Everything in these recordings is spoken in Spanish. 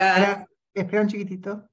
Hola. Espera un chiquitito.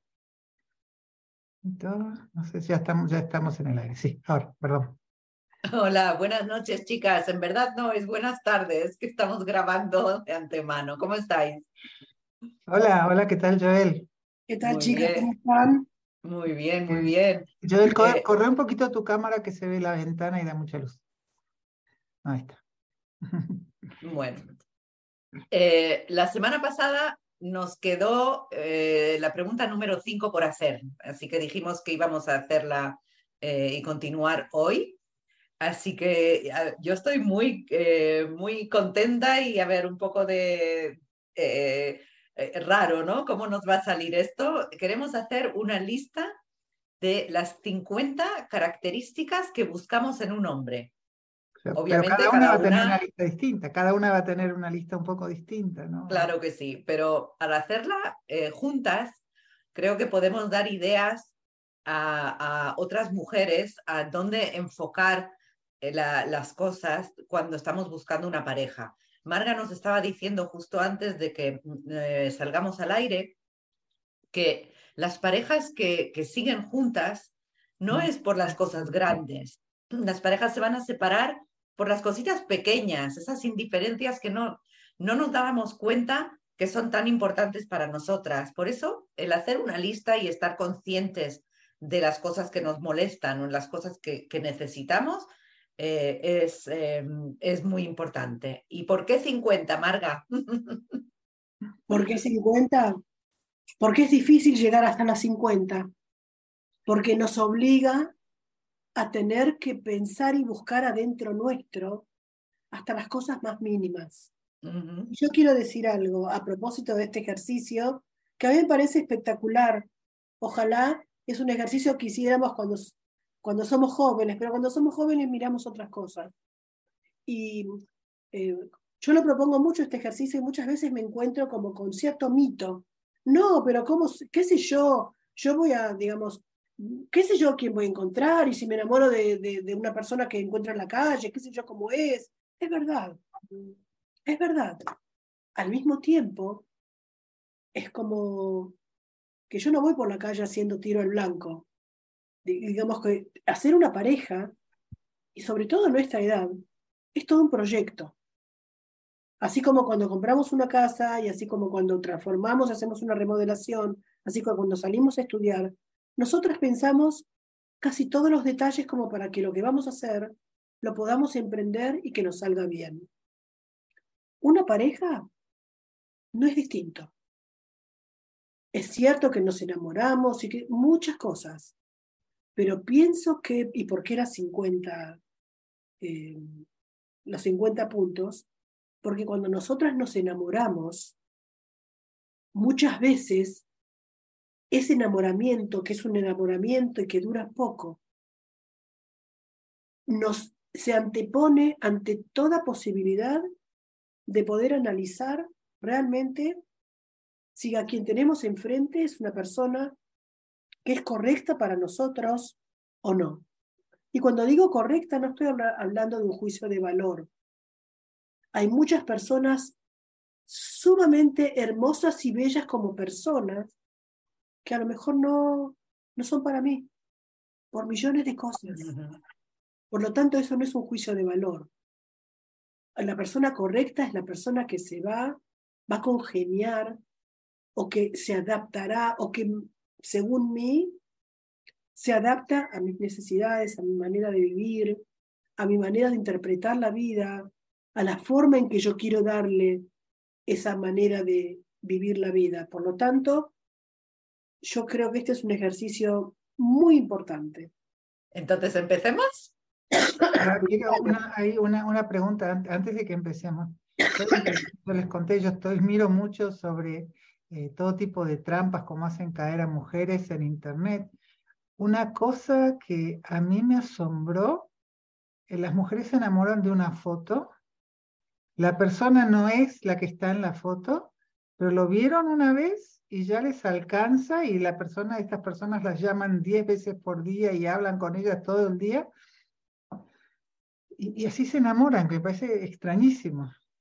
No sé si ya estamos en el aire. Sí, ahora, perdón. Hola, buenas noches, chicas. En verdad no, es buenas tardes, que estamos grabando de antemano. ¿Cómo estáis? Hola, ¿qué tal, Joel? ¿Qué tal, Muy chicas? bien, ¿Cómo están? muy bien, muy Eh, bien. Joel, Eh, corre un poquito tu cámara que se ve la ventana y da mucha luz. Ahí está. bueno, la semana pasada nos quedó la pregunta número 5 por hacer, así que dijimos que íbamos a hacerla y continuar hoy. Así que yo estoy muy contenta y a ver, un poco de raro, ¿no? ¿Cómo nos va a salir esto? Queremos hacer una lista de las 50 características que buscamos en un hombre. Pero Obviamente cada una cada va a tener una una, lista distinta, cada una va a tener una lista un poco distinta, ¿no? claro que sí, pero al hacerla juntas, creo que podemos dar ideas a otras mujeres a dónde enfocar las cosas cuando estamos buscando una pareja. Marga nos estaba diciendo justo antes de que salgamos al aire que las parejas que siguen juntas no es por las cosas grandes. Las parejas se van a separar por las cositas pequeñas, esas indiferencias que no nos dábamos cuenta que son tan importantes para nosotras. Por eso, el hacer una lista y estar conscientes de las cosas que nos molestan o las cosas que necesitamos es muy importante. ¿Y por qué 50, Marga? ¿Por qué 50? Porque es difícil llegar hasta las 50, porque nos obliga a tener que pensar y buscar adentro nuestro hasta las cosas más mínimas. Ujú. Y yo quiero decir algo a propósito de este ejercicio que a mí me parece espectacular. Ojalá es un ejercicio que hiciéramos cuando somos jóvenes, pero cuando somos jóvenes miramos otras cosas. Y eh, yo lo propongo mucho este ejercicio y muchas veces me encuentro como con cierto mito. No, pero ¿cómo, qué sé yo voy a, digamos, qué sé yo quién voy a encontrar y si me enamoro de una persona que encuentro en la calle, qué sé yo cómo es. Es verdad, es verdad. Al mismo tiempo, es como que yo no voy por la calle haciendo tiro al blanco. Digamos que hacer una pareja, y sobre todo en nuestra edad, es todo un proyecto. Así como cuando compramos una casa y así como cuando transformamos, hacemos una remodelación, así como cuando salimos a estudiar, nosotros pensamos casi todos los detalles como para que lo que vamos a hacer lo podamos emprender y que nos salga bien. Una pareja no es distinto. Es cierto que nos enamoramos y que muchas cosas, pero pienso que, ¿y por qué era 50, eh, los 50 puntos? Porque cuando nosotras nos enamoramos, muchas veces ese enamoramiento, que es un enamoramiento y que dura poco, se antepone ante toda posibilidad de poder analizar realmente si a quien tenemos enfrente es una persona que es correcta para nosotros o no. Y cuando digo correcta, no estoy hablando de un juicio de valor. Hay muchas personas sumamente hermosas y bellas como personas que a lo mejor no son para mí, por millones de cosas. Por lo tanto, eso no es un juicio de valor. La persona correcta es la persona que va a congeniar o que se adaptará o que, según mí, se adapta a mis necesidades, a mi manera de vivir, a mi manera de interpretar la vida, a la forma en que yo quiero darle esa manera de vivir la vida. Por lo tanto, yo creo que este es un ejercicio muy importante. Entonces, ¿empecemos? Ahora, hay una pregunta antes de que empecemos. Saben que yo les conté, miro mucho sobre todo tipo de trampas, cómo hacen caer a mujeres en internet. Una cosa que a mí me asombró, las mujeres se enamoran de una foto, la persona no es la que está en la foto, pero lo vieron una vez y ya les alcanza y estas personas las llaman 10 veces por día y hablan con ellas todo el día y así se enamoran, que me parece extrañísimo.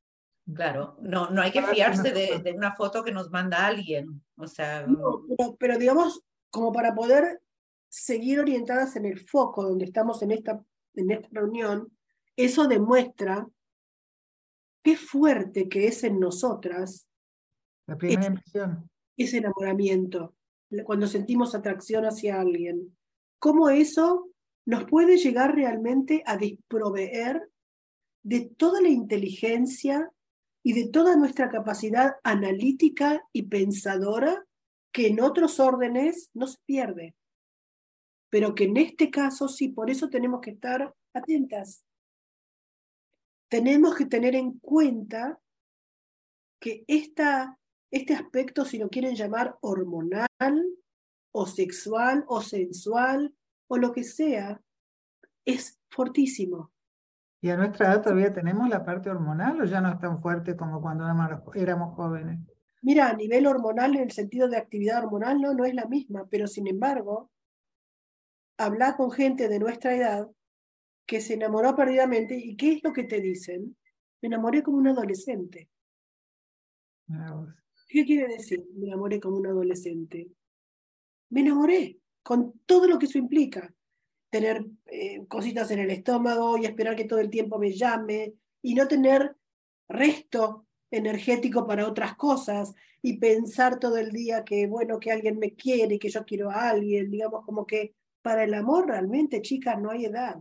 Claro, no hay que Para darse una fiarse foto. de una foto que nos manda alguien. O sea, No, pero digamos, como para poder seguir orientadas en el foco donde estamos en esta reunión, eso demuestra qué fuerte que es en nosotras La primera impresión. ese enamoramiento, cuando sentimos atracción hacia alguien. Cómo eso nos puede llegar realmente a desproveer de toda la inteligencia y de toda nuestra capacidad analítica y pensadora que en otros órdenes no se pierde, pero que en este caso sí, por eso tenemos que estar atentas. Tenemos que tener en cuenta que este aspecto, si lo quieren llamar hormonal o sexual o sensual o lo que sea, es fortísimo. ¿Y a nuestra edad todavía tenemos la parte hormonal o ya no es tan fuerte como cuando éramos jóvenes? Mira, a nivel hormonal, en el sentido de actividad hormonal, no es la misma, pero sin embargo, habla con gente de nuestra edad que se enamoró perdidamente y ¿qué es lo que te dicen? Me enamoré como un adolescente. Mira vos. ¿Qué quiere decir? Me enamoré como un adolescente. Me enamoré con todo lo que eso implica. Tener cositas en el estómago y esperar que todo el tiempo me llame y no tener resto energético para otras cosas y pensar todo el día que, bueno, que alguien me quiere y que yo quiero a alguien, digamos, como que para el amor realmente, chicas, no hay edad.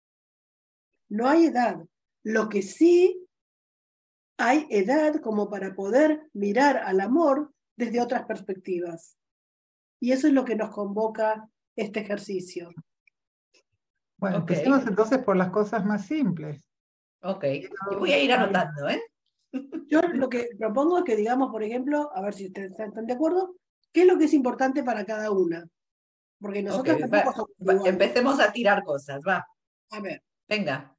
No hay edad. Lo que sí hay edad como para poder mirar al amor desde otras perspectivas. Y eso es lo que nos convoca este ejercicio. Bueno, ok, empecemos entonces por las cosas más simples. ok. Yo voy a ir anotando, ¿eh? Yo lo que propongo es que digamos, por ejemplo, a ver si ustedes están de acuerdo, qué es lo que es importante para cada una. Porque Ok, nosotros tampoco somos iguales. empecemos a tirar cosas, va. A ver, Venga.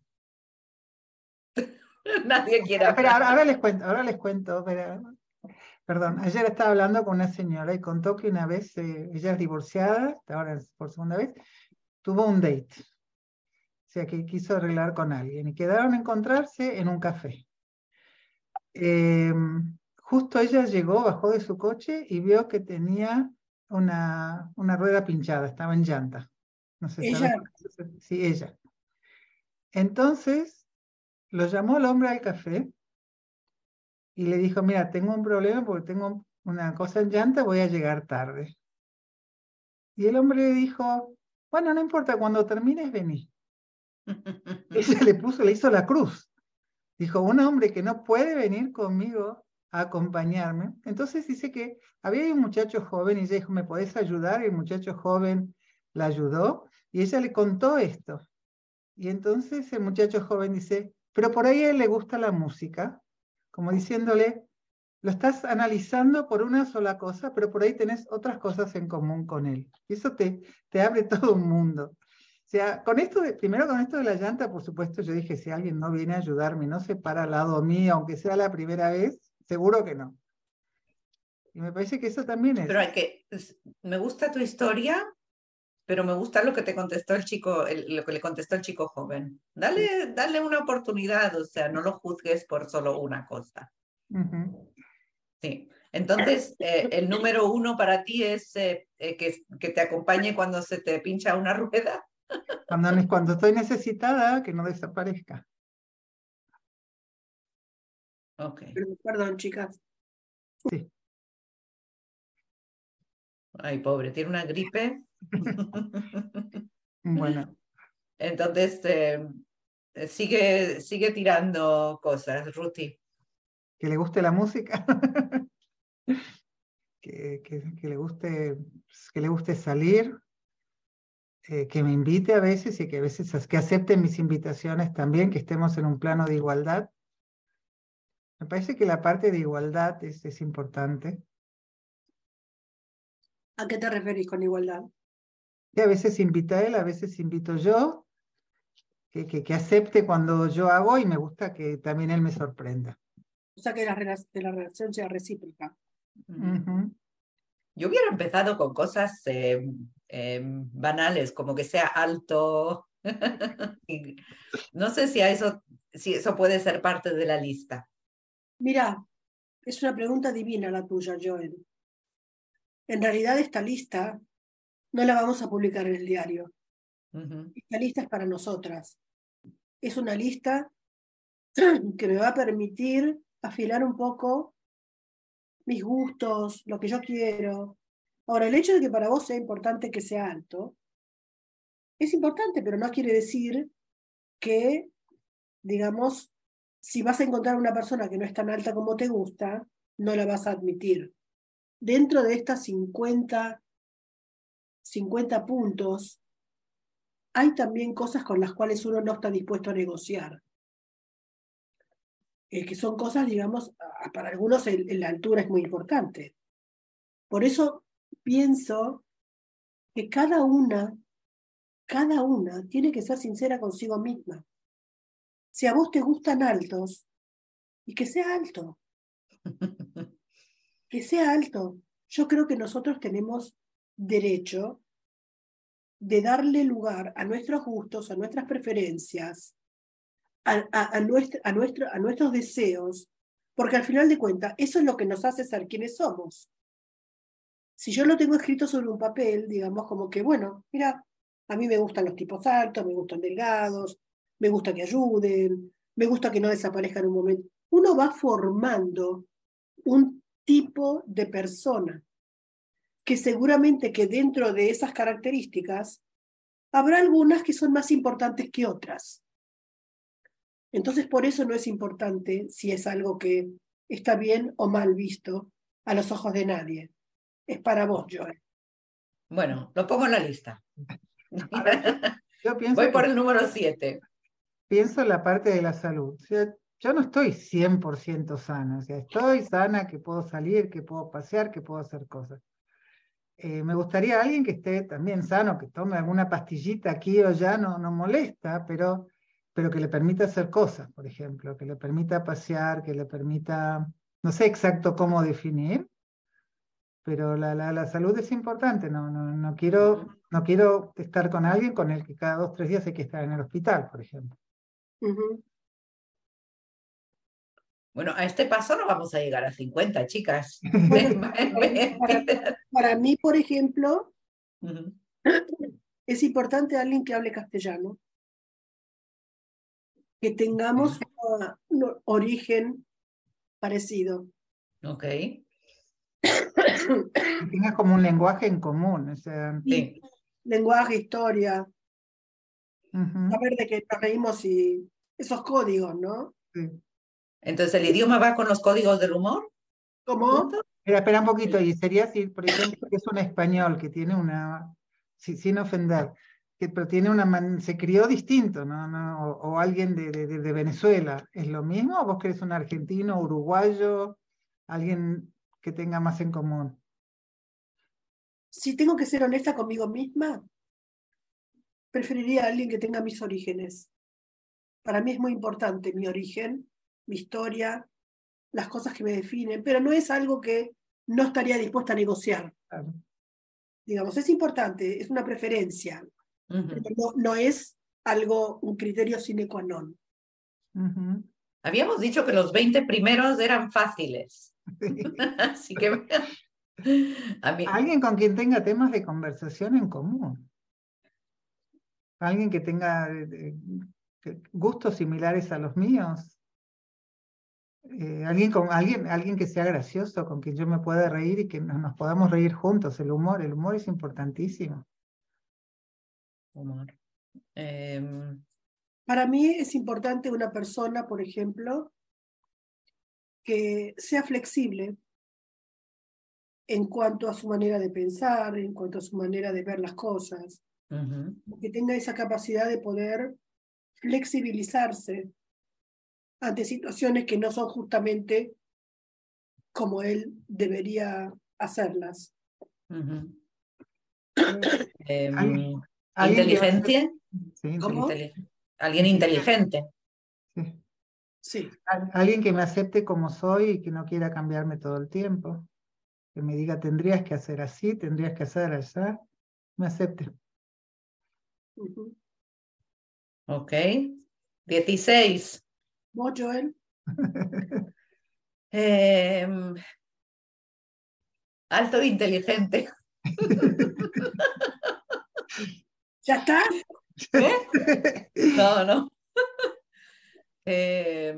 Nadie quiere Espera, espera, hablar. ahora les cuento, espera. Perdón, ayer estaba hablando con una señora y contó que una vez, ella es divorciada, ahora es por segunda vez, tuvo un date. O sea, que quiso arreglar con alguien y quedaron a encontrarse en un café. Eh, Justo ella llegó, bajó de su coche y vio que tenía una rueda pinchada, estaba en llanta. No se sabe ella, por qué. Sí, ella. Entonces lo llamó el hombre al café y le dijo, mira, tengo un problema porque tengo una cosa en llanta, voy a llegar tarde. Y el hombre le dijo, bueno, no importa, cuando termines vení. Ella le hizo la cruz. Dijo, un hombre que no puede venir conmigo a acompañarme. Entonces dice que había un muchacho joven y ella dijo, ¿me podés ayudar? Y el muchacho joven la ayudó y ella le contó esto. Y entonces el muchacho joven dice, pero por ahí a él le gusta la música, como diciéndole, lo estás analizando por una sola cosa, pero por ahí tenés otras cosas en común con él. Y eso te abre todo un mundo. O sea, primero con esto de la llanta, por supuesto, yo dije, si alguien no viene a ayudarme, no se para al lado mío, aunque sea la primera vez, seguro que no. Y me parece que eso también Pero es. me gusta tu historia, pero me gusta lo que te contestó el chico, lo que le contestó el chico joven. Dale una oportunidad, o sea, no lo juzgues por solo una cosa. Ujú. Sí. Entonces, el número uno para ti es que te acompañe cuando se te pincha una rueda. Cuando estoy necesitada, que no desaparezca. Ok. perdón, chicas, Sí. Ay, pobre, tiene una gripe. Bueno, Entonces, sigue tirando cosas, Ruti. que le guste la música, que le guste salir, que me invite a veces y que a veces que acepten mis invitaciones también, que estemos en un plano de igualdad. Me parece que la parte de igualdad es importante. ¿a qué te referís con igualdad? Y a veces invita a él, a veces invito yo, que acepte cuando yo hago y me gusta que también él me sorprenda. O sea, que la relación sea recíproca. Ujú. Yo hubiera empezado con cosas banales, como que sea alto. Y no sé si eso puede ser parte de la lista. Mira, es una pregunta divina la tuya, Joel. En realidad esta lista no la vamos a publicar en el diario. Esta lista es para nosotras. Es una lista que me va a permitir afilar un poco mis gustos, lo que yo quiero. Ahora, el hecho de que para vos sea importante que sea alto, es importante, pero no quiere decir que, digamos, si vas a encontrar una persona que no es tan alta como te gusta, no la vas a admitir. Dentro de estas 50 puntos, hay también cosas con las cuales uno no está dispuesto a negociar. Que son cosas, digamos, para algunos la altura es muy importante. Por eso pienso que cada una tiene que ser sincera consigo misma. Si a vos te gustan altos, y que sea alto, que sea alto. Yo creo que nosotros tenemos derecho de darle lugar a nuestros gustos, a nuestras preferencias, a nuestros deseos, porque al final de cuentas, eso es lo que nos hace ser quienes somos. Si yo lo tengo escrito sobre un papel, digamos como que, bueno, mira, a mí me gustan los tipos altos, me gustan delgados, me gusta que ayuden, me gusta que no desaparezcan en un momento. Uno va formando un tipo de persona que seguramente que dentro de esas características habrá algunas que son más importantes que otras. Entonces, por eso no es importante si es algo que está bien o mal visto a los ojos de nadie. Es para vos, Joel. Bueno, lo pongo en la lista. Ahora, yo pienso Voy por que el número 7. pienso en la parte de la salud. O sea, yo no estoy 100% sana. O sea, estoy sana, que puedo salir, que puedo pasear, que puedo hacer cosas. Me gustaría alguien que esté también sano, que tome alguna pastillita aquí o allá, no molesta, pero que le permita hacer cosas, por ejemplo, que le permita pasear, que le permita, no sé exacto cómo definir, pero la salud es importante. No quiero estar con alguien con el que cada 2 o 3 días hay que estar en el hospital, por ejemplo. Bueno, a este paso no vamos a llegar a 50, chicas. Bueno, para mí, por ejemplo, es importante alguien que hable castellano, que tengamos un origen parecido. Ok. Que tengas como un lenguaje en común. O sea, Sí. Lenguaje, historia, uh-huh, saber de que nos reímos y esos códigos, ¿no? sí. Entonces, ¿el idioma va con los códigos del humor? ¿Cómo? ¿Juntos? Espera un poquito, y sería si, por ejemplo, que es un español que tiene una, sin ofender, pero tiene se crió distinto, ¿no? O alguien de Venezuela, ¿es lo mismo? ¿O vos querés un argentino, uruguayo, alguien que tenga más en común? Si tengo que ser honesta conmigo misma, preferiría a alguien que tenga mis orígenes. Para mí es muy importante mi origen, mi historia, las cosas que me definen, pero no es algo que no estaría dispuesta a negociar. Claro. Digamos, es importante, es una preferencia, pero no es algo, un criterio sine qua non. Uh-huh. Habíamos dicho que los 20 primeros eran fáciles. Así que a mí, Alguien con quien tenga temas de conversación en común. Alguien que tenga gustos similares a los míos. Alguien que sea gracioso, con quien yo me pueda reír y que nos podamos reír juntos. El humor es importantísimo. humor. Para mí es importante una persona, por ejemplo, que sea flexible en cuanto a su manera de pensar, en cuanto a su manera de ver las cosas, que tenga esa capacidad de poder flexibilizarse ante situaciones que no son justamente como él debería hacerlas. Inteligencia. Sí, ¿Cómo? Alguien inteligente. sí. Sí. Alguien que me acepte como soy y que no quiera cambiarme todo el tiempo. Que me diga, tendrías que hacer así, tendrías que hacer allá. Me acepte. Ok. 16. ¿Vos, Joel? Eh, alto e inteligente. ¿Ya está? ¿Eh? No, no. Eh,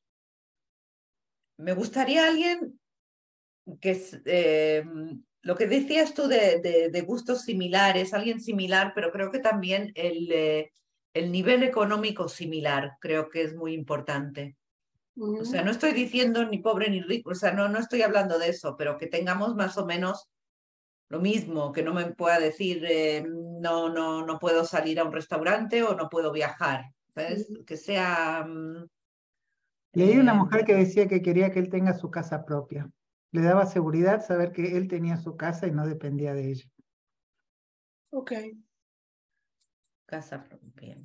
me gustaría alguien que lo que decías tú de gustos similares, alguien similar, pero creo que también el nivel económico similar creo que es muy importante. O sea, no estoy diciendo ni pobre ni rico, o sea, no estoy hablando de eso, pero que tengamos más o menos lo mismo, que no me pueda decir no puedo salir a un restaurante o no puedo viajar, ¿sabes? Que sea... Leí una eh, mujer que decía que quería que él tenga su casa propia. Le daba seguridad saber que él tenía su casa y no dependía de ella. Ok. casa propia.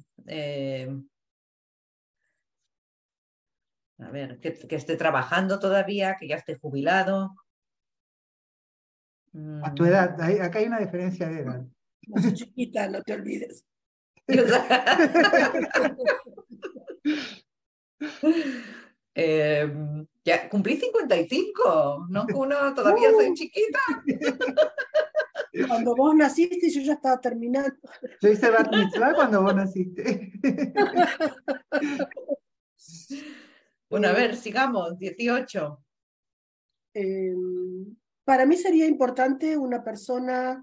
A ver, que esté trabajando todavía, que ya esté jubilado. A tu edad, acá hay una diferencia de edad. No soy chiquita, no te olvides. O sea, ya cumplí 55, no que uno todavía soy Uh, chiquita. Cuando vos naciste, yo ya estaba terminando. Yo hice Bat Mitzvah cuando vos naciste. Bueno, a Eh, ver, sigamos, 18. eh, para mí sería importante una persona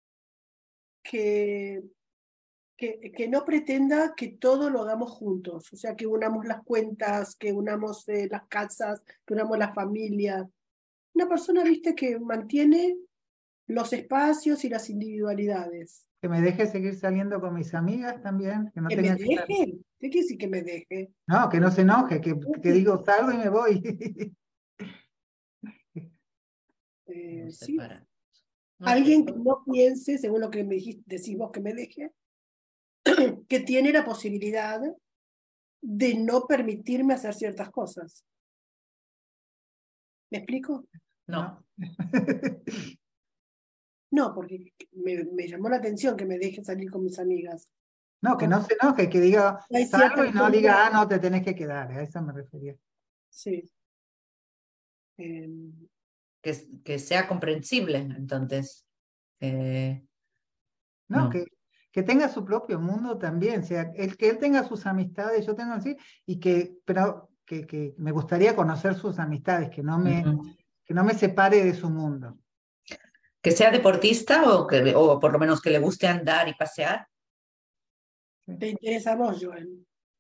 que, que no pretenda que todo lo hagamos juntos, o sea, que unamos las cuentas, que unamos las casas, que unamos la familia. Una persona, viste, que mantiene los espacios y las individualidades. Que me deje seguir saliendo con mis amigas también, que no Que me tenga que estar. deje. ¿Qué quiere decir que me deje? No, que no se enoje, que digo salgo y me voy. Vamos a Sí. separar. Ok. Alguien que no piense, según lo que me dijiste, decís vos que me deje, que tiene la posibilidad de no permitirme hacer ciertas cosas. ¿Me explico? No, No. No, porque me llamó la atención que me deje salir con mis amigas. No, que Como no se enoje, que diga hay salgo ciertas y no cosas, diga, no, te tenés que quedar. A eso me refería. sí. Eh, que sea comprensible, entonces. No, No. que tenga su propio mundo también, o sea, que él tenga sus amistades, yo tengo así, pero que me gustaría conocer sus amistades, Ujú. que no me separe de su mundo. Que sea deportista o por lo menos que le guste andar y pasear. ¿Sí? ¿Te interesa a vos, Joel?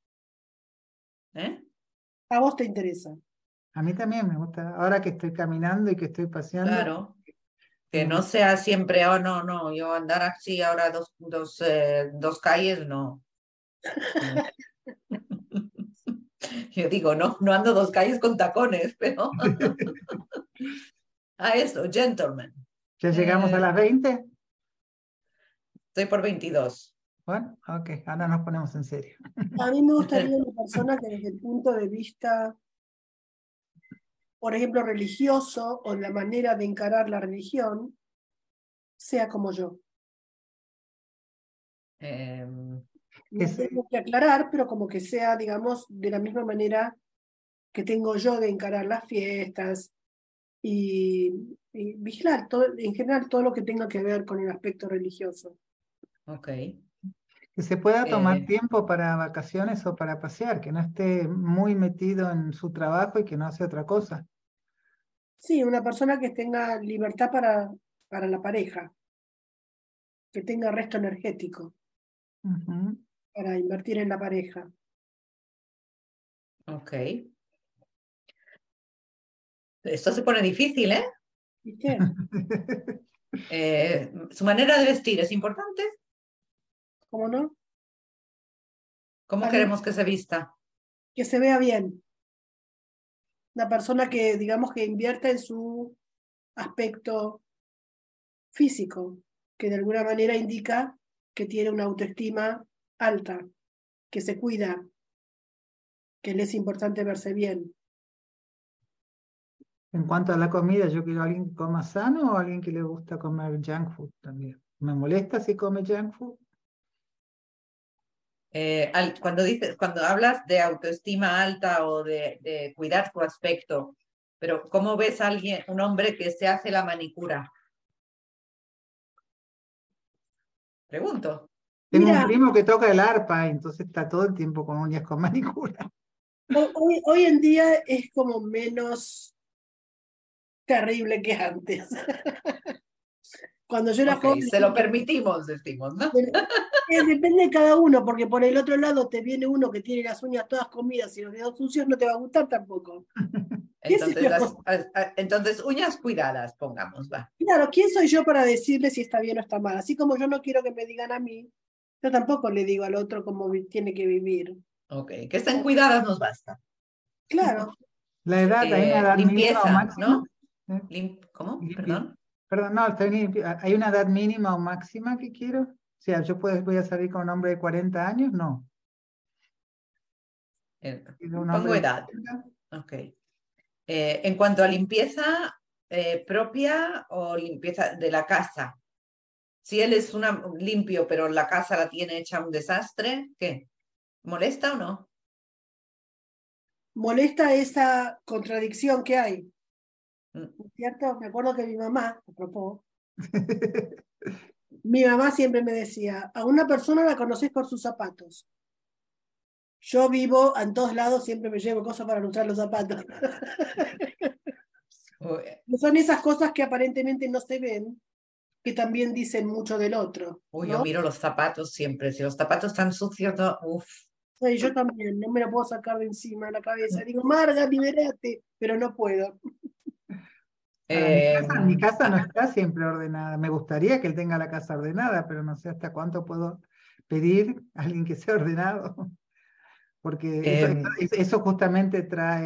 ¿Eh? A vos te interesa. A mí también me gusta, ahora que estoy caminando y que estoy paseando, Claro. Que tengo no mi... sea siempre, oh, no, yo andar así ahora dos calles, no. No. Yo digo, no ando dos calles con tacones, pero a eso, gentleman. ¿Ya llegamos a Eh, las 20? estoy por 22. Bueno, ok, ahora nos ponemos en serio. A mí me gustaría una persona que desde el punto de vista, por ejemplo, religioso o la manera de encarar la religión, sea como yo. Eh, Que No se- tengo que aclarar, pero como que sea, digamos, de la misma manera que tengo yo de encarar las fiestas y vigilar todo, en general todo lo que tenga que ver con el aspecto religioso. ok. que se pueda tomar Eh, tiempo para vacaciones o para pasear, que no esté muy metido en su trabajo y que no hace otra cosa. Sí, una persona que tenga libertad para la pareja, que tenga resto energético Ujú. para invertir en la pareja. ok. Esto se pone difícil, ¿eh? ¿Viste? Su manera de vestir es importante. ¿Cómo no? ¿Cómo Alguien queremos que se vista? que se vea bien, una persona que, digamos, que invierta en su aspecto físico, que de alguna manera indica que tiene una autoestima alta, que se cuida, que le es importante verse bien. En cuanto a la comida, yo quiero a alguien que coma sano o alguien que le gusta comer junk food también. ¿Me molesta si come junk food? Cuando hablas de autoestima alta o de cuidar tu aspecto, Pero ¿cómo ves a un hombre que se hace la manicura? Pregunto. Tengo un Mira, primo que toca el arpa, entonces está todo el tiempo con uñas con manicura. hoy en día es como menos terrible que antes. Cuando yo era Ok, joven, se lo permitimos, decimos, ¿no? depende de cada uno, porque por el otro lado te viene uno que tiene las uñas todas comidas y los dedos sucios, no te va a gustar tampoco. ¿Qué sé Entonces, yo? entonces uñas cuidadas, pongamos, va. Claro, ¿quién soy yo para decirle si está bien o está mal? Así como yo no quiero que me digan a mí, yo tampoco le digo al otro cómo tiene que vivir. Ok, que estén cuidadas nos basta. Claro, La edad, ¿hay una edad mínima o Limpieza, máxima? ¿no? ¿Eh? ¿Cómo? Limpio. Perdón. Perdón, no, ¿hay una edad mínima o máxima que quiero? O sea, voy a salir con un hombre de 40 años, no. ¿Quiero un hombre Pongo de edad. 40? Ok. En cuanto a limpieza propia o limpieza de la casa, si él es limpio, pero la casa la tiene hecha un desastre, ¿qué? ¿Molesta o no? molesta esa contradicción que hay, Mm. ¿cierto? Me acuerdo que mi mamá, a propósito, mi mamá siempre me decía, a una persona la conoces por sus zapatos. Yo vivo en todos lados, siempre me llevo cosas para usar los zapatos. Uy, Son esas cosas que aparentemente no se ven, que también dicen mucho del otro, yo ¿no? miro los zapatos siempre. Si los zapatos están sucios, no, uf. Sí, yo también, no me la puedo sacar de encima de la cabeza. Digo, Marga, liberate, pero no puedo. Ahora, mi casa no Ah, está siempre ordenada. Me gustaría que él tenga la casa ordenada, pero no sé hasta cuánto puedo pedir a alguien que sea ordenado. Porque eso justamente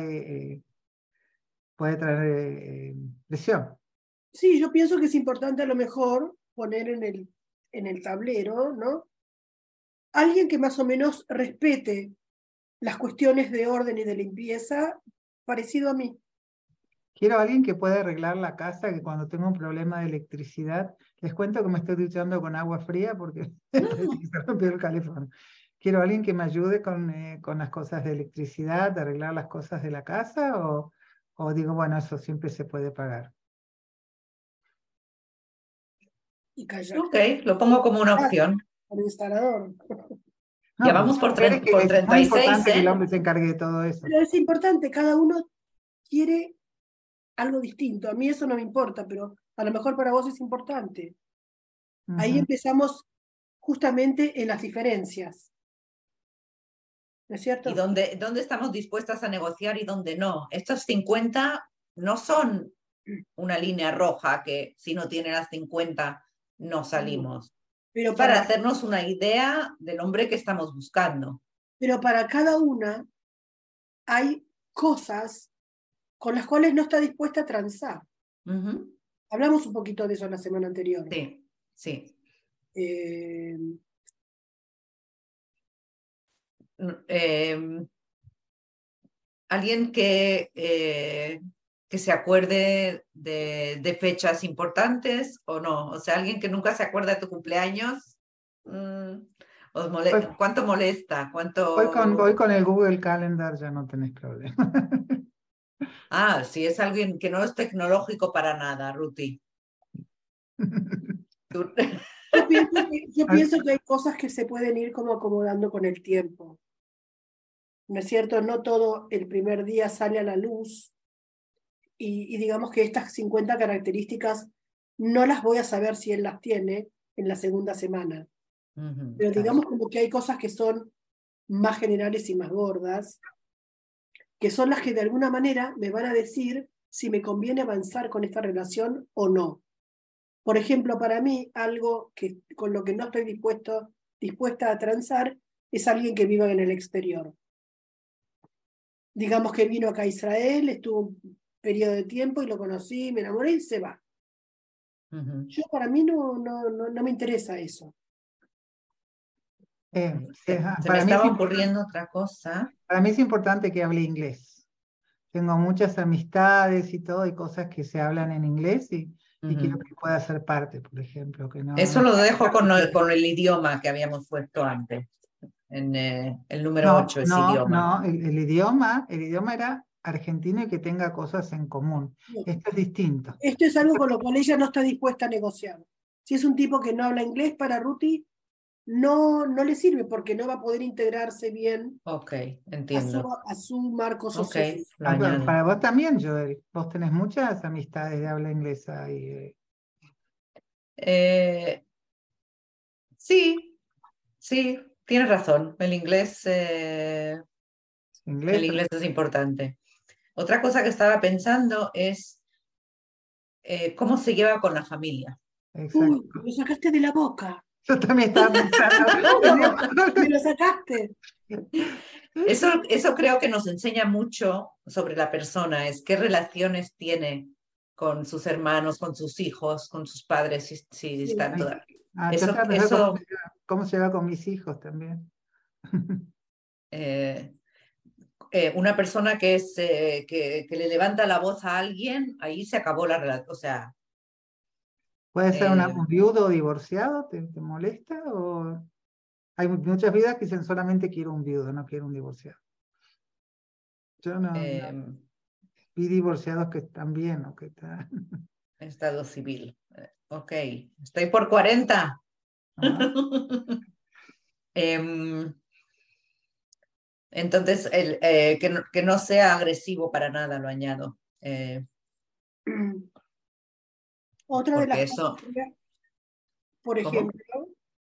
puede traer presión. Sí, yo pienso que es importante a lo mejor poner en el tablero, ¿no? Alguien que más o menos respete las cuestiones de orden y de limpieza, parecido a mí. Quiero a alguien que pueda arreglar la casa, que cuando tengo un problema de electricidad, les cuento que me estoy duchando con agua fría porque se rompió el calefón. Quiero a alguien que me ayude con las cosas de electricidad, de arreglar las cosas de la casa, o digo, bueno, eso siempre se puede pagar. Y callar. ok, lo pongo como una opción. Con el instalador. Ya No, porque vamos hay por, mujeres que por es muy 36, importante que el ¿eh? hombre se encargue de todo eso. Pero es importante, cada uno quiere algo distinto. A mí eso no me importa, pero a lo mejor para vos es importante. Ahí Ujú. empezamos justamente en las diferencias, ¿no es ¿Y cierto? dónde estamos dispuestas a negociar y dónde no? Estos 50 no son una línea roja que si no tiene las 50 no salimos. Es Pero para para, hacernos una idea del hombre que estamos buscando. pero para cada una hay cosas con las cuales no está dispuesta a transar. Ujú. Hablamos un poquito de eso la semana anterior. Sí, sí. Eh, Eh, alguien que se acuerde de fechas importantes o no. O sea, alguien que nunca se acuerda de tu cumpleaños. mm, Pues, ¿Cuánto molesta? hoy con el Google Calendar ya no tenés problema. Ah, sí, es alguien que no es tecnológico para nada, Ruti. Tú- yo pienso que hay cosas que se pueden ir como acomodando con el tiempo. ¿No es cierto? No todo el primer día sale a la luz y digamos que estas 50 características no las voy a saber si él las tiene en la segunda semana. Ujú, Pero claro. digamos como que hay cosas que son más generales y más gordas, que son las que de alguna manera me van a decir si me conviene avanzar con esta relación o no. Por ejemplo, para mí, algo con lo que no estoy dispuesta a transar es alguien que viva en el exterior. Digamos que vino acá a Israel, estuvo un periodo de tiempo y lo conocí, me enamoré y se va. Ujú. Para mí no me interesa eso. Sí, Se me estaba ocurriendo otra cosa. para mí es importante que hable inglés. Tengo muchas amistades y todo, y cosas que se hablan en inglés y quiero Ujú. que pueda ser parte, por ejemplo, que Eso lo dejo con el idioma que habíamos puesto antes. En el número no, 8 es no, idioma. no, el idioma era argentino y que tenga cosas en común. No. Esto es distinto. Esto es algo con lo cual ella no está dispuesta a negociar. Si es un tipo que no habla inglés, para Ruti no le sirve porque no va a poder integrarse bien Ok, a entiendo. su marco Ok, social. lo añado. Para vos también, Joel. Vos tenés muchas amistades de habla inglesa. Eh, sí, sí, tienes razón. Inglés. El inglés es importante. Otra cosa que estaba pensando es cómo se lleva con la familia. Exacto. Uy, me lo sacaste de la boca. Yo también estaba pensando. ¿Cómo? Me lo sacaste. Eso creo que nos enseña mucho sobre la persona, es qué relaciones tiene con sus hermanos, con sus hijos, con sus padres, si Sí. están Ay, todas. yo Eso, estaba pensando eso cómo se va con mis hijos también. eh, una persona que le levanta la voz a alguien, ahí se acabó la relación. O sea, ¿Puede ser eh, un viudo o divorciado? ¿Te molesta? ¿O hay muchas vidas que dicen solamente quiero un viudo, no quiero un divorciado? Yo no eh, vi divorciados que están bien o que están. estado civil. Ok, estoy por 40. Ah, Em, entonces, que no sea agresivo para nada, lo añado. Otra de Porque las cosas eso, sería, por ¿cómo? ejemplo,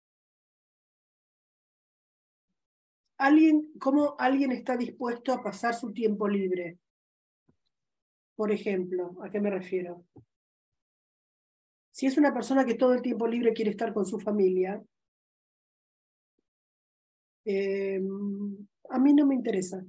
cómo alguien está dispuesto a pasar su tiempo libre. Por ejemplo, ¿a qué me refiero? Si es una persona que todo el tiempo libre quiere estar con su familia, a mí no me interesa.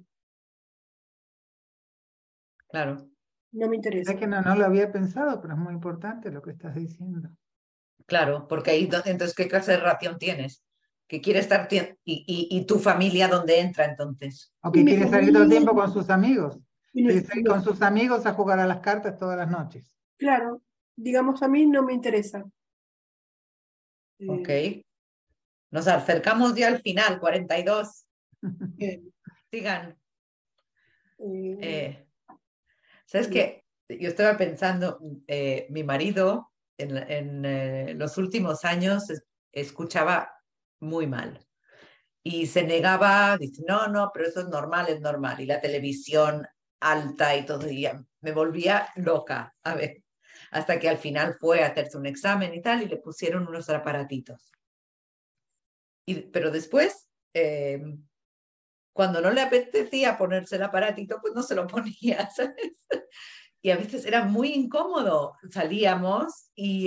Claro, No me es interesa. que no lo había pensado, pero es muy importante lo que estás diciendo. claro, porque ahí, entonces, ¿qué clase de relación tienes? Que quiere estar, y tu familia, ¿dónde entra entonces? O Y que mi quiere salir todo el familia, tiempo con sus amigos. y Quiere salir nues- con sus amigos a jugar a las cartas todas las noches. claro, digamos, a mí no me interesa. Ok, Eh, nos acercamos ya al final, 42. eh, Sigan. eh, Eh, ¿Sabes qué? Yo estaba pensando, mi marido en los últimos años escuchaba muy mal y se negaba, dice, no, no, pero eso es normal, es normal. Y la televisión alta y todo, y ya me volvía loca, a ver, hasta que al final fue a hacerse un examen y tal, y le pusieron unos aparatitos. Pero después, cuando no le apetecía ponerse el aparatito, pues no se lo ponía, ¿sabes? Y a veces era muy incómodo. Salíamos y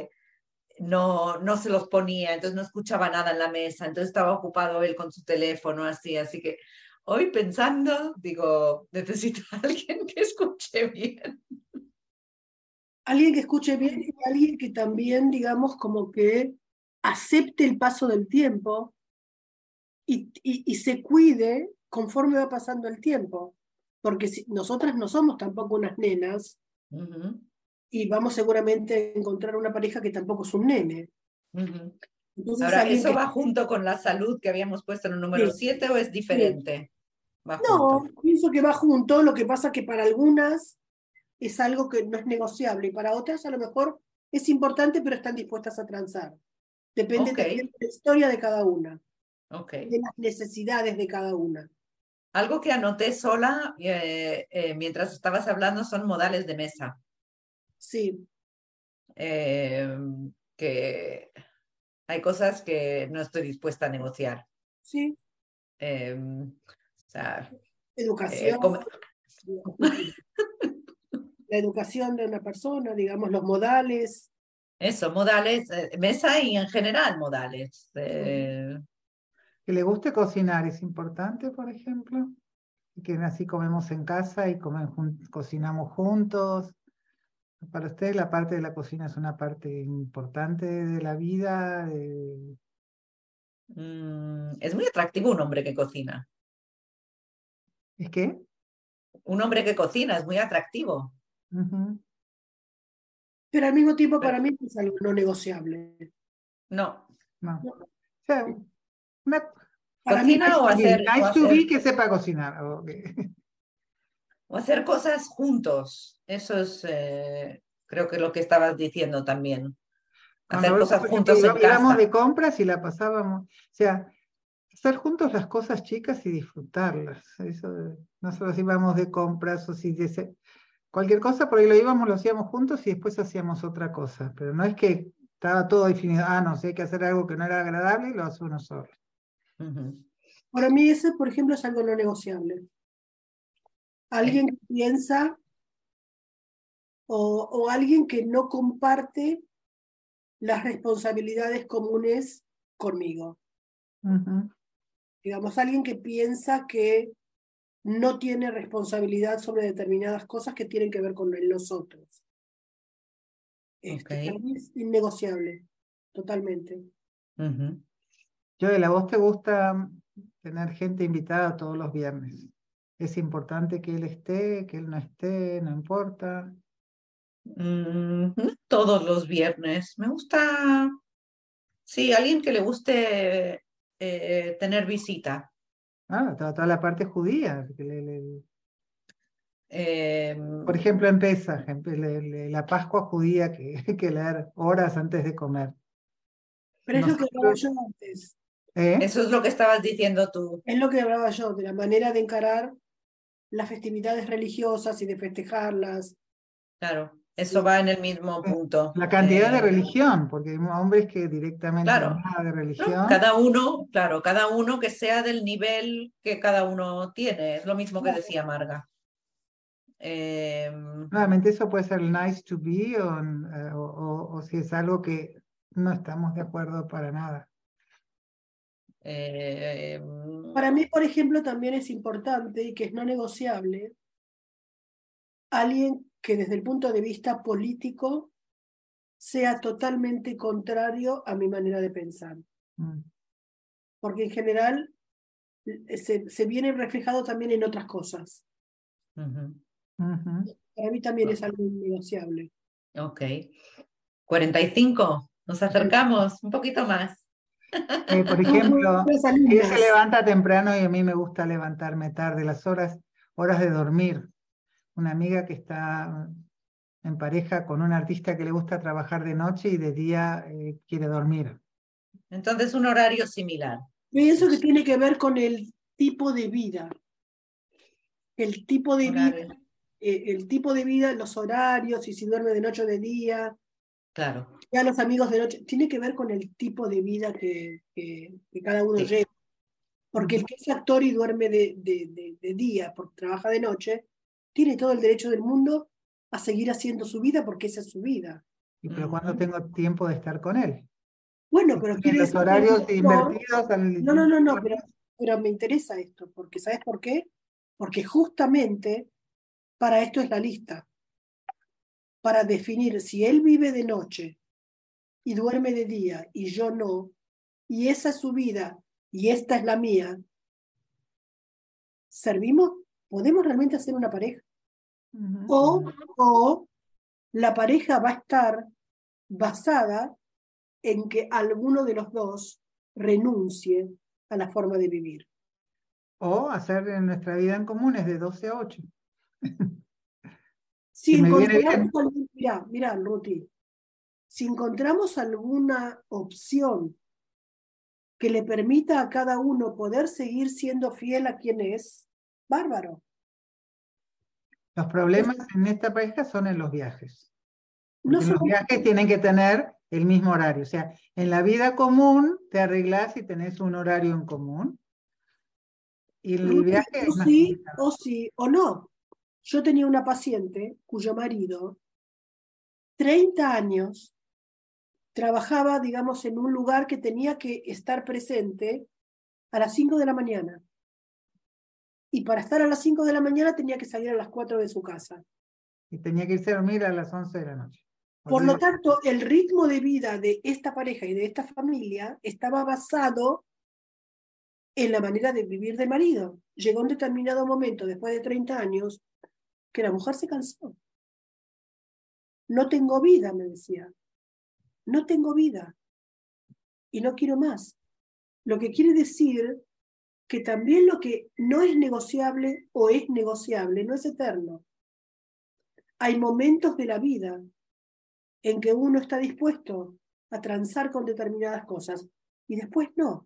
no se los ponía, entonces no escuchaba nada en la mesa, entonces estaba ocupado él con su teléfono, así que hoy pensando, digo, necesito a alguien que escuche bien. alguien que escuche bien y alguien que también, digamos, como que acepte el paso del tiempo y se cuide conforme va pasando el tiempo. Porque nosotras no somos tampoco unas nenas Ujú, y vamos seguramente a encontrar una pareja que tampoco es un nene. ujú. Entonces, Ahora, alguien ¿eso que... va junto con la salud que habíamos puesto en el número Sí, 7 o es sí. diferente? Va No, junto. pienso que va junto, lo que pasa que para algunas es algo que no es negociable y para otras a lo mejor es importante, pero están dispuestas a transar. Depende Ok, también de la historia de cada una, ok. de las necesidades de cada una. Algo que anoté sola mientras estabas hablando son modales de mesa. Sí, Eh, que hay cosas que no estoy dispuesta a negociar. sí, O sea, educación, come- la educación de una persona, digamos, los modales. eso, modales, mesa y en general modales. Que le guste cocinar es importante, por ejemplo. Y que así comemos en casa y cocinamos juntos. Para usted la parte de la cocina es una parte importante de la vida. Es muy atractivo un hombre que cocina. ¿Es que? Un hombre que cocina es muy atractivo. Ujú. Pero al mismo tiempo Pero para mí es algo no negociable. no. No. No, O sea, una- para mí ¿Cocina nice o to be, hacer, nice to be que sepa cocinar. O hacer cosas juntos. Eso es, creo que lo que estabas diciendo también. Hacer Cuando, cosas por ejemplo, juntos en íbamos casa. de compras y la pasábamos, o sea, hacer juntos las cosas chicas y disfrutarlas. Eso, nosotros íbamos de compras o si cualquier cosa, por ahí lo hacíamos juntos y después hacíamos otra cosa. Pero no es que estaba todo definido, no, si hay que hacer algo que no era agradable, lo hace uno solo. Ujú. Para mí ese, por ejemplo, es algo no negociable. Alguien que piensa o alguien que no comparte las responsabilidades comunes conmigo. Ujú. Digamos, alguien que piensa que no tiene responsabilidad sobre determinadas cosas que tienen que ver con nosotros. Ok. Para mí es innegociable, totalmente. Ujú. Joel, ¿a vos te gusta tener gente invitada todos los viernes? ¿Es importante que él esté, que él no esté, no importa? No todos los viernes. Me gusta, sí, alguien que le guste tener visita. Toda la parte judía. Eh, Por ejemplo, en Pesaj, la Pascua judía que hay que leer horas antes de comer. Pero es lo que hablaba Nosotros, yo antes. ¿eh? Eso es lo que estabas diciendo tú. Es lo que hablaba yo, de la manera de encarar las festividades religiosas y de festejarlas. Claro, eso va en el mismo punto. La cantidad de religión, porque hay hombres que directamente Claro, nada de ¿no? religión. Cada uno, claro, cada uno que sea del nivel que cada uno tiene. Es lo mismo que decía Marga. Eh, Nuevamente, eso puede ser nice to be o si es algo que no estamos de acuerdo para nada. eh, Para mí, por ejemplo, también es importante y que es no negociable alguien que desde el punto de vista político sea totalmente contrario a mi manera de pensar. Mm. Porque en general se viene reflejado también en otras cosas. ujú. Ujú. Para mí también es algo innegociable. Ok. 45. Nos acercamos un poquito más. Por ejemplo, Las él se alumnas. levanta temprano y a mí me gusta levantarme tarde, las horas de dormir. Una amiga que está en pareja con un artista que le gusta trabajar de noche y de día quiere dormir. Entonces, un horario similar. Pienso que tiene que ver con el tipo de vida. El tipo de vida, Horario. el tipo de vida, los horarios, y si duerme de noche o de día, Claro. ya los amigos de noche, tiene que ver con el tipo de vida que cada uno Sí. lleva. Porque el que es actor y duerme de día, porque trabaja de noche, tiene todo el derecho del mundo a seguir haciendo su vida porque esa es su vida. Pero cuando Ujú. tengo tiempo de estar con él. Bueno, Si pero tiene quiere los decir que el horarios actor, invertidos no, no, no, no, pero me interesa esto, porque ¿sabes por qué? Porque justamente para esto es la lista, para definir si él vive de noche y duerme de día y yo no, y esa es su vida y esta es la mía, ¿servimos? ¿Podemos realmente hacer una pareja? O la pareja va a estar basada en que alguno de los dos renuncie a la forma de vivir. O hacer en nuestra vida en común es de 12 a 8. Si Si me viene encontramos, bien. mirá, Ruti, si encontramos alguna opción que le permita a cada uno poder seguir siendo fiel a quien es, bárbaro. Los problemas en esta pareja son en los viajes. No Porque en los solo, viajes tienen que tener el mismo horario. O sea, en la vida común te arreglás y tenés un horario en común. Y el Ruti, viaje es más complicado. o sí o no. Yo tenía una paciente cuyo marido, 30 años, trabajaba, digamos, en un lugar que tenía que estar presente a las 5 de la mañana. Y para estar a las 5 de la mañana tenía que salir a las 4 de su casa. Y tenía que irse a dormir a las 11 de la noche. Por lo Olvídate. tanto, el ritmo de vida de esta pareja y de esta familia estaba basado en la manera de vivir del marido. Llegó un determinado momento, después de 30 años, que la mujer se cansó. No tengo vida, me decía. No tengo vida. Y no quiero más. Lo que quiere decir que también lo que no es negociable o es negociable no es eterno. Hay momentos de la vida en que uno está dispuesto a transar con determinadas cosas y después no.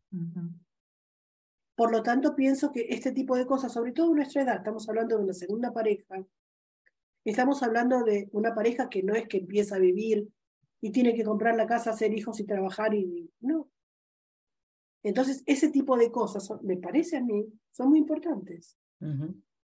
Por lo tanto, pienso que este tipo de cosas, sobre todo en nuestra edad, estamos hablando de una segunda pareja, estamos hablando de una pareja que no es que empieza a vivir y tiene que comprar la casa, hacer hijos y trabajar y no. Entonces, ese tipo de cosas, me parece a mí, son muy importantes. No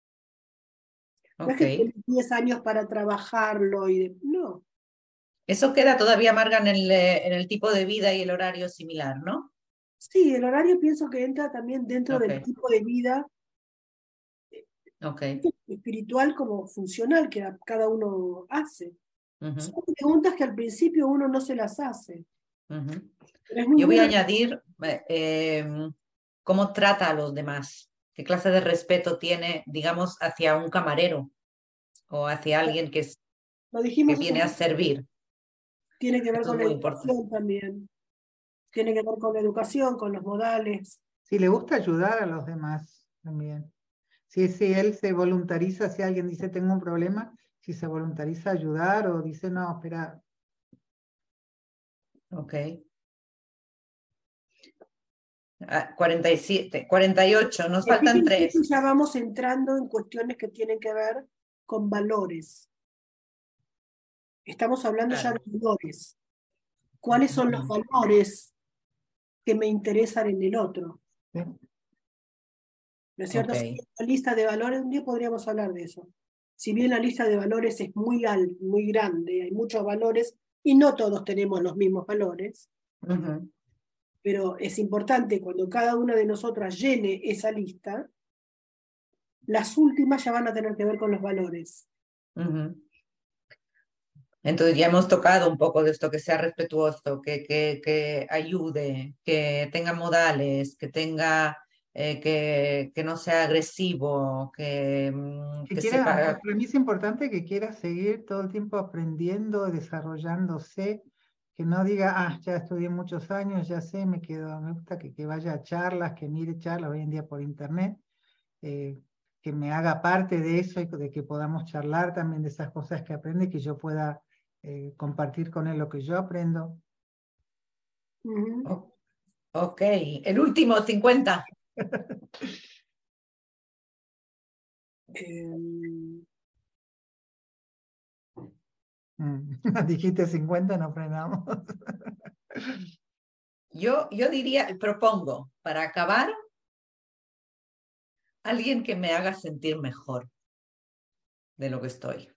es que tienes 10 años para trabajarlo no. Eso queda todavía, Marga, en el tipo de vida y el horario similar, ¿no? Sí, el horario pienso que entra también dentro del tipo de vida espiritual como funcional que cada uno hace. Son preguntas que al principio uno no se las hace. Yo voy a añadir cómo trata a los demás, qué clase de respeto tiene, digamos, hacia un camarero o hacia alguien que viene a servir. Tiene que ver Esto con es la muy educación importante. también. Tiene que ver con la educación, con los modales. Sí, le gusta ayudar a los demás también. Si él se voluntariza, si alguien dice tengo un problema, si se voluntariza a ayudar o dice no, espera. Ok. 47, 48, nos faltan 3. Ya vamos entrando en cuestiones que tienen que ver con valores. Estamos hablando ya de valores. ¿Cuáles son los valores que me interesan en el otro? ¿Sí? ¿No es cierto? Si la lista de valores, un día podríamos hablar de eso. Si bien la lista de valores es muy grande, hay muchos valores y no todos tenemos los mismos valores, pero es importante cuando cada una de nosotras llene esa lista, las últimas ya van a tener que ver con los valores. Entonces ya hemos tocado un poco de esto, que sea respetuoso, que ayude, que tenga modales, que tenga, que no sea agresivo, que sepa... Para mí es importante que quiera seguir todo el tiempo aprendiendo, desarrollándose, que no diga, ya estudié muchos años, ya sé, me gusta que vaya a charlas, que mire charlas hoy en día por internet, que me haga parte de eso y de que podamos charlar también de esas cosas que aprende, que yo pueda compartir con él lo que yo aprendo. Ok, el último, 50. Dijiste 50, no frenamos. Yo diría, propongo, para acabar, alguien que me haga sentir mejor de lo que estoy.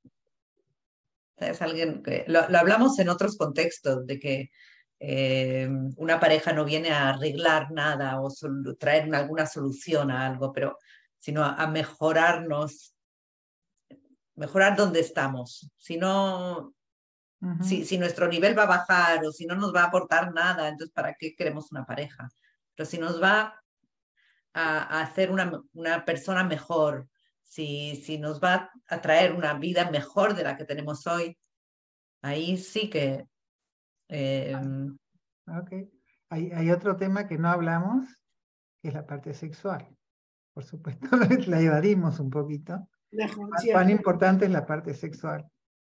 Es alguien que lo hablamos en otros contextos, de que una pareja no viene a arreglar nada o traer alguna solución a algo, pero sino a mejorarnos, mejorar donde estamos. Si no, si nuestro nivel va a bajar o si no nos va a aportar nada, entonces ¿para qué queremos una pareja? Pero si nos va a hacer una persona mejor, si nos va a traer una vida mejor de la que tenemos hoy, ahí sí que... Okay. Hay otro tema que no hablamos, que es la parte sexual. Por supuesto, la evadimos un poquito. ¿Cuán importante es la parte sexual?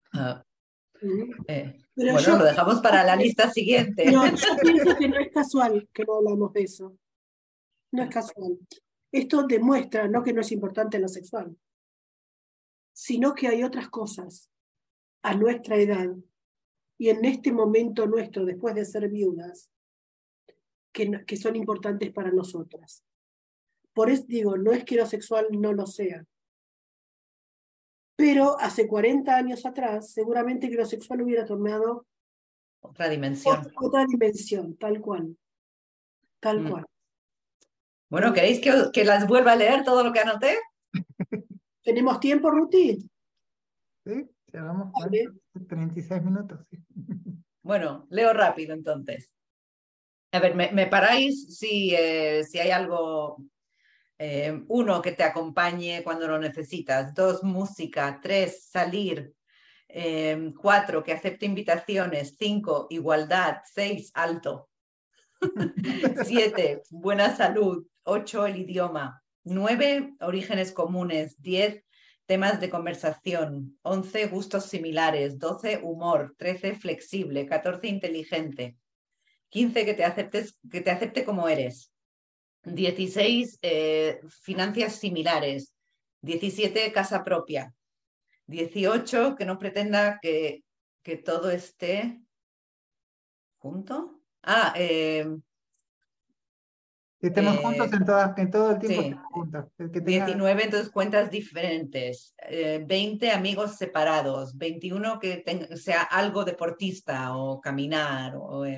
Bueno, lo dejamos para la lista siguiente. No, yo pienso que no es casual que no hablamos de eso. No es casual. Esto demuestra no que no es importante lo sexual, sino que hay otras cosas a nuestra edad y en este momento nuestro, después de ser viudas, que son importantes para nosotras. Por eso digo, no es que lo sexual no lo sea. Pero hace 40 años atrás, seguramente que lo sexual hubiera tomado otra dimensión. Otra dimensión, tal cual. Tal cual. Bueno, ¿queréis que las vuelva a leer todo lo que anoté? ¿Tenemos tiempo, Ruti? Sí, llevamos 36 minutos. Sí. Bueno, leo rápido entonces. A ver, ¿me paráis si hay algo? 1, que te acompañe cuando lo necesitas. 2, música. 3, salir. 4, que acepte invitaciones. 5, igualdad. 6, alto. 7, buena salud. 8, el idioma. 9, orígenes comunes. 10, temas de conversación. 11, gustos similares. 12, humor. 13, flexible. 14, inteligente. 15, que te acepte como eres. 16, finanzas similares. 17, casa propia. 18, que no pretenda que todo esté junto. Que estemos juntos en todo el tiempo sí. estemos juntos. Que 19, entonces cuentas diferentes. 20, amigos separados. 21, que sea algo deportista o caminar.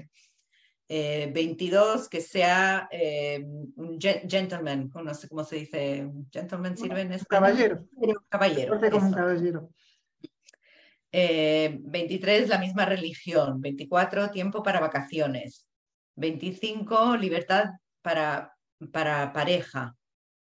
22, que sea un gentleman, no sé cómo se dice, gentleman sirve en español. Caballero. Como un caballero. 23, la misma religión. 24, tiempo para vacaciones. 25, libertad para pareja.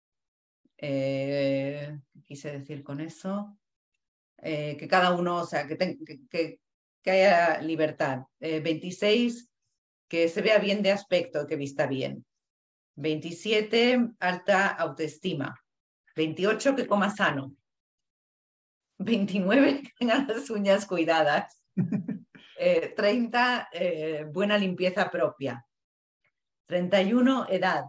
¿Qué quise decir con eso? Que cada uno, o sea, que haya libertad. 26, que se vea bien de aspecto, que vista bien. 27, alta autoestima. 28, que coma sano. 29, que tenga las uñas cuidadas. 30, buena limpieza propia. 31, edad.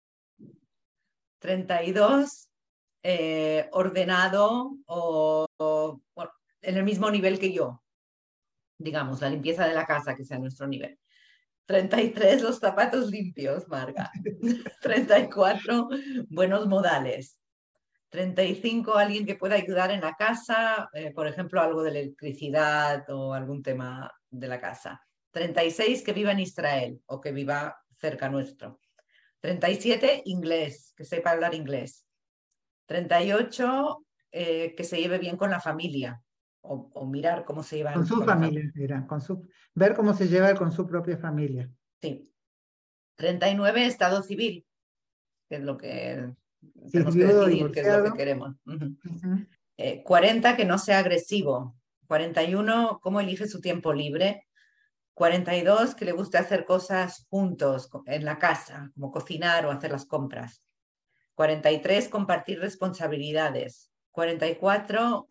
32, ordenado o en el mismo nivel que yo. Digamos, la limpieza de la casa, que sea nuestro nivel. 33, los zapatos limpios, Marga. 34, buenos modales. 35, alguien que pueda ayudar en la casa, por ejemplo, algo de electricidad o algún tema de la casa. 36, que viva en Israel o que viva cerca nuestro. 37, inglés, que sepa hablar inglés. 38, que se lleve bien con la familia o mirar cómo se llevan con su familia. Ver cómo se lleva con su propia familia. Sí. 39, estado civil, que es lo que tenemos que decidir, qué es lo que queremos. 40, que no sea agresivo. 41, cómo elige su tiempo libre. 42, que le guste hacer cosas juntos en la casa, como cocinar o hacer las compras. 43, compartir responsabilidades. 44,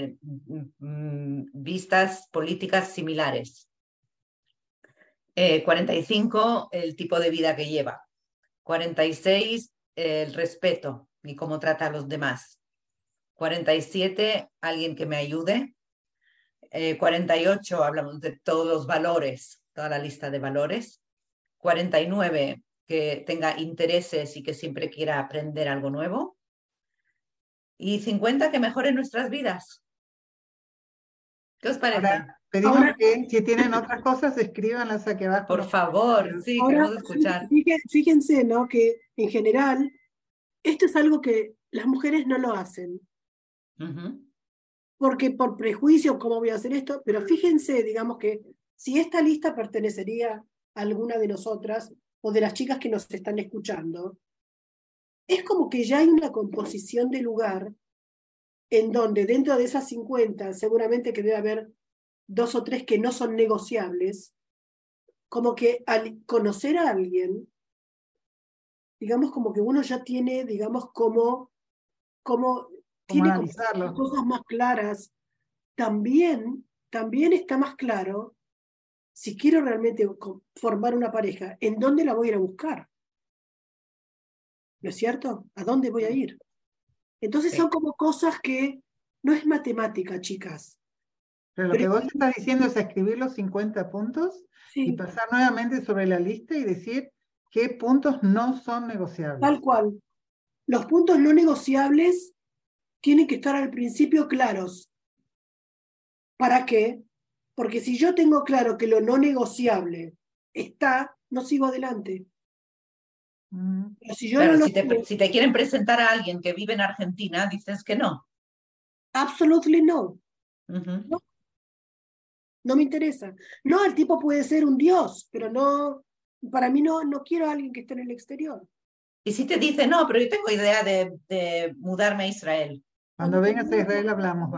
vistas políticas similares. 45, el tipo de vida que lleva. 46, el respeto y cómo trata a los demás. 47, alguien que me ayude. 48, hablamos de todos los valores, toda la lista de valores. 49, que tenga intereses y que siempre quiera aprender algo nuevo. Y 50, que mejore nuestras vidas. ¿Qué os parece? Ahora, pedimos que si tienen otras cosas, escríbanlas aquí abajo. Por favor, sí, queremos escuchar. Fíjense, ¿no? Que en general, esto es algo que las mujeres no lo hacen. Porque por prejuicio, ¿cómo voy a hacer esto? Pero fíjense, digamos que si esta lista pertenecería a alguna de nosotras o de las chicas que nos están escuchando, es como que ya hay una composición de lugar en donde dentro de esas 50 seguramente que debe haber 2 o 3 que no son negociables, como que al conocer a alguien, digamos como que uno ya tiene, digamos, como tiene cosas más claras. También está más claro, si quiero realmente formar una pareja, ¿en dónde la voy a ir a buscar? ¿No es cierto? ¿A dónde voy a ir? Entonces son como cosas que no es matemática, chicas. Pero lo que vos estás diciendo es escribir los 50 puntos y pasar nuevamente sobre la lista y decir qué puntos no son negociables. Tal cual. Los puntos no negociables tienen que estar al principio claros. ¿Para qué? Porque si yo tengo claro que lo no negociable está, no sigo adelante. Pero si yo claro, si te quieren presentar a alguien que vive en Argentina, dices que no. Absolutely no. No. No me interesa. No, el tipo puede ser un dios, pero no, para mí no quiero a alguien que esté en el exterior. Y si te dice, no, pero yo tengo idea de mudarme a Israel. Cuando vengas a Israel hablamos.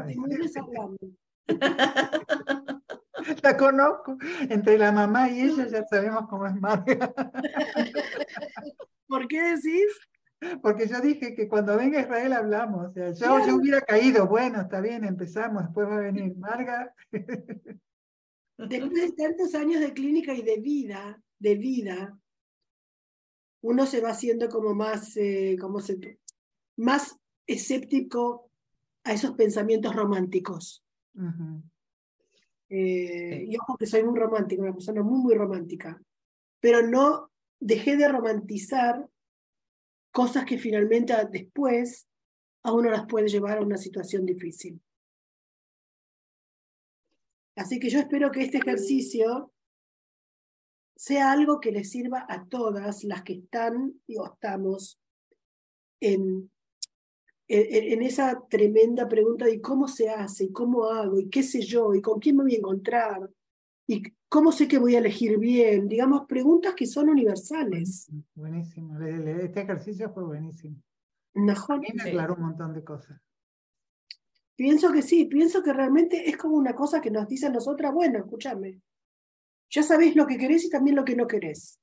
La conozco. Entre la mamá y ella ya sabemos cómo es Marga. ¿Por qué decís? Porque yo dije que cuando venga Israel hablamos. O sea, yo Claro. hubiera caído, bueno, está bien, empezamos, después va a venir Marga. Después de tantos años de clínica y de vida, uno se va haciendo como más, más escéptico a esos pensamientos románticos. Ujú. Sí. Y ojo que soy muy romántica, una persona muy, muy romántica, pero no dejé de romantizar cosas que finalmente después a uno las puede llevar a una situación difícil. Así que yo espero que este ejercicio sea algo que les sirva a todas las que están o estamos en esa tremenda pregunta de cómo se hace, y cómo hago, y qué sé yo, y con quién me voy a encontrar, y cómo sé que voy a elegir bien. Digamos, preguntas que son universales. Buenísimo. Este ejercicio fue buenísimo. A Najón. mí me Sí. aclaró un montón de cosas. Pienso que sí, pienso que realmente es como una cosa que nos dice a nosotras, bueno, escúchame, ya sabés lo que querés y también lo que no querés.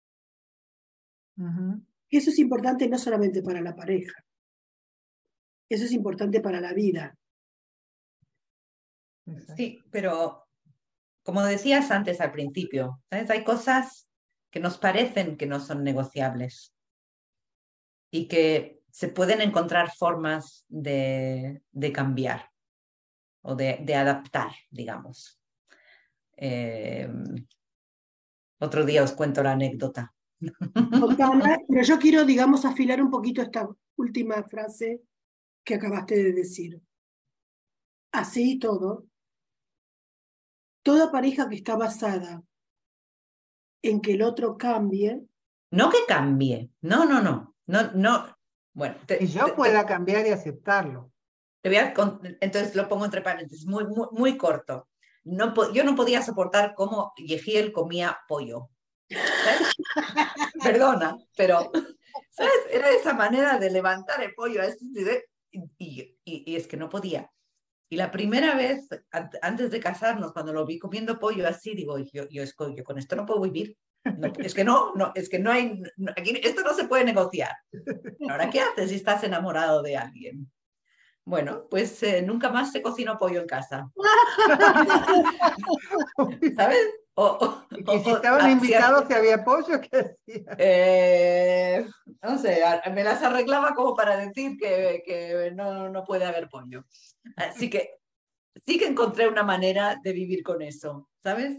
Ujú. Y eso es importante no solamente para la pareja, eso es importante para la vida. Exacto. Sí, pero como decías antes al principio, ¿sabes? Hay cosas que nos parecen que no son negociables y que se pueden encontrar formas de cambiar o de adaptar, digamos. Eh, Otro día os cuento la anécdota. Contala, pero yo quiero, digamos, afilar un poquito esta última frase que acabaste de decir. Así y todo, toda pareja que está basada en que el otro cambie, No que cambie, no, no, no, no, no. Bueno, Que yo pueda cambiar y aceptarlo. te voy a, entonces lo pongo entre paréntesis, muy, muy, muy corto. No, yo no podía soportar cómo Yehiel comía pollo. ¿Sabes? Perdona, pero ¿sabes? Era esa manera de levantar el pollo así, y es que no podía. Y la primera vez, antes de casarnos, cuando lo vi comiendo pollo así, digo, yo con esto no puedo vivir. No, es que no, es que no hay, aquí, esto no se puede negociar. Ahora, ¿qué haces si estás enamorado de alguien? Bueno, pues nunca más se cocinó pollo en casa, ¿sabes? Y si estaban invitados, si había pollo, ¿qué hacía? No sé, me las arreglaba como para decir que no, no puede haber pollo. Así que sí que encontré una manera de vivir con eso, ¿sabes?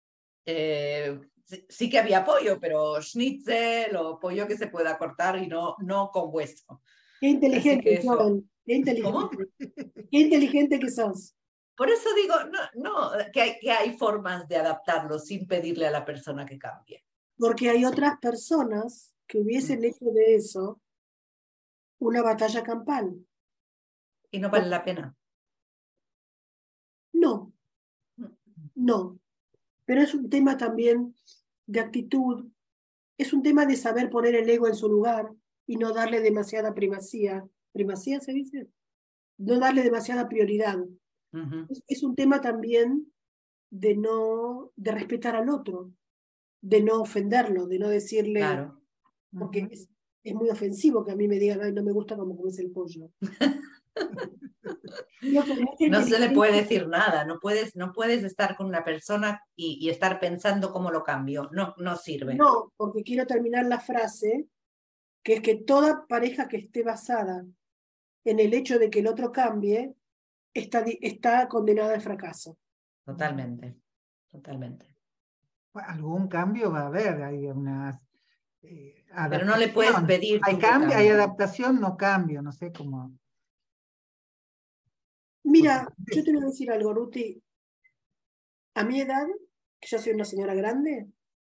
Sí que había pollo, pero schnitzel o pollo que se pueda cortar y no, no con hueso. qué Así que inteligente, eso. John, qué ¿Cómo? inteligente, qué inteligente que sos. Por eso digo, no, no, que hay formas de adaptarlo sin pedirle a la persona que cambie. Porque hay otras personas que hubiesen hecho de eso una batalla campal. Y no vale la pena. No, no. Pero es un tema también de actitud, es un tema de saber poner el ego en su lugar y no darle demasiada primacía. ¿Primacía se dice? No darle demasiada prioridad. Ujú. Es un tema también de respetar al otro, de no ofenderlo, de no decirle, Claro. porque Ujú. es muy ofensivo que a mí me digan, ay, no me gusta cómo comes el pollo. Yo con mucha No se le puede inteligencia, decir nada, no puedes estar con una persona y estar pensando cómo lo cambio. No, no sirve. no, porque quiero terminar la frase, que es que toda pareja que esté basada en el hecho de que el otro cambie, está condenada al fracaso. Totalmente, totalmente. Bueno, algún cambio va a haber, hay unas Pero no le puedes adaptación. pedir Hay tú que cambio, hay cambie. adaptación, no cambio, no sé cómo. Porque Mira, yo te voy a decir algo, Ruti. A mi edad, que yo soy una señora grande,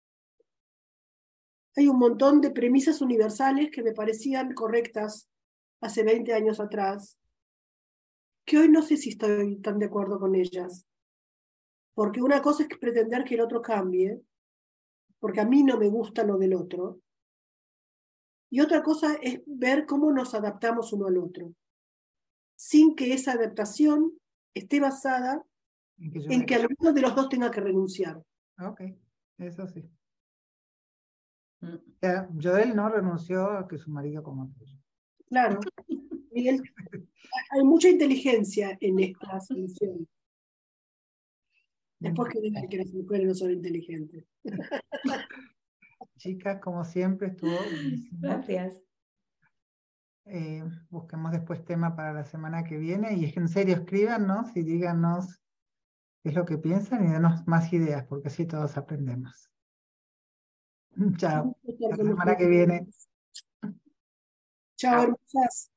hay un montón de premisas universales que me parecían correctas hace 20 años atrás, que hoy no sé si estoy tan de acuerdo con ellas. Porque una cosa es pretender que el otro cambie, porque a mí no me gusta lo del otro, y otra cosa es ver cómo nos adaptamos uno al otro, sin que esa adaptación esté basada en que yo en me... que alguno de los dos tenga que renunciar. Ok, eso sí. sea, Joel no renunció a que su marido coma pollo. Claro. Miguel, hay mucha inteligencia en esta solución. Después que digan que las mujeres no son inteligentes. Chicas, como siempre, estuvo buenísimo. Gracias. Busquemos después tema para la semana que viene y en serio escríbanos y díganos qué es lo que piensan y denos más ideas, porque así todos aprendemos. Chao. Hasta la semana que viene. Chao, hermosas.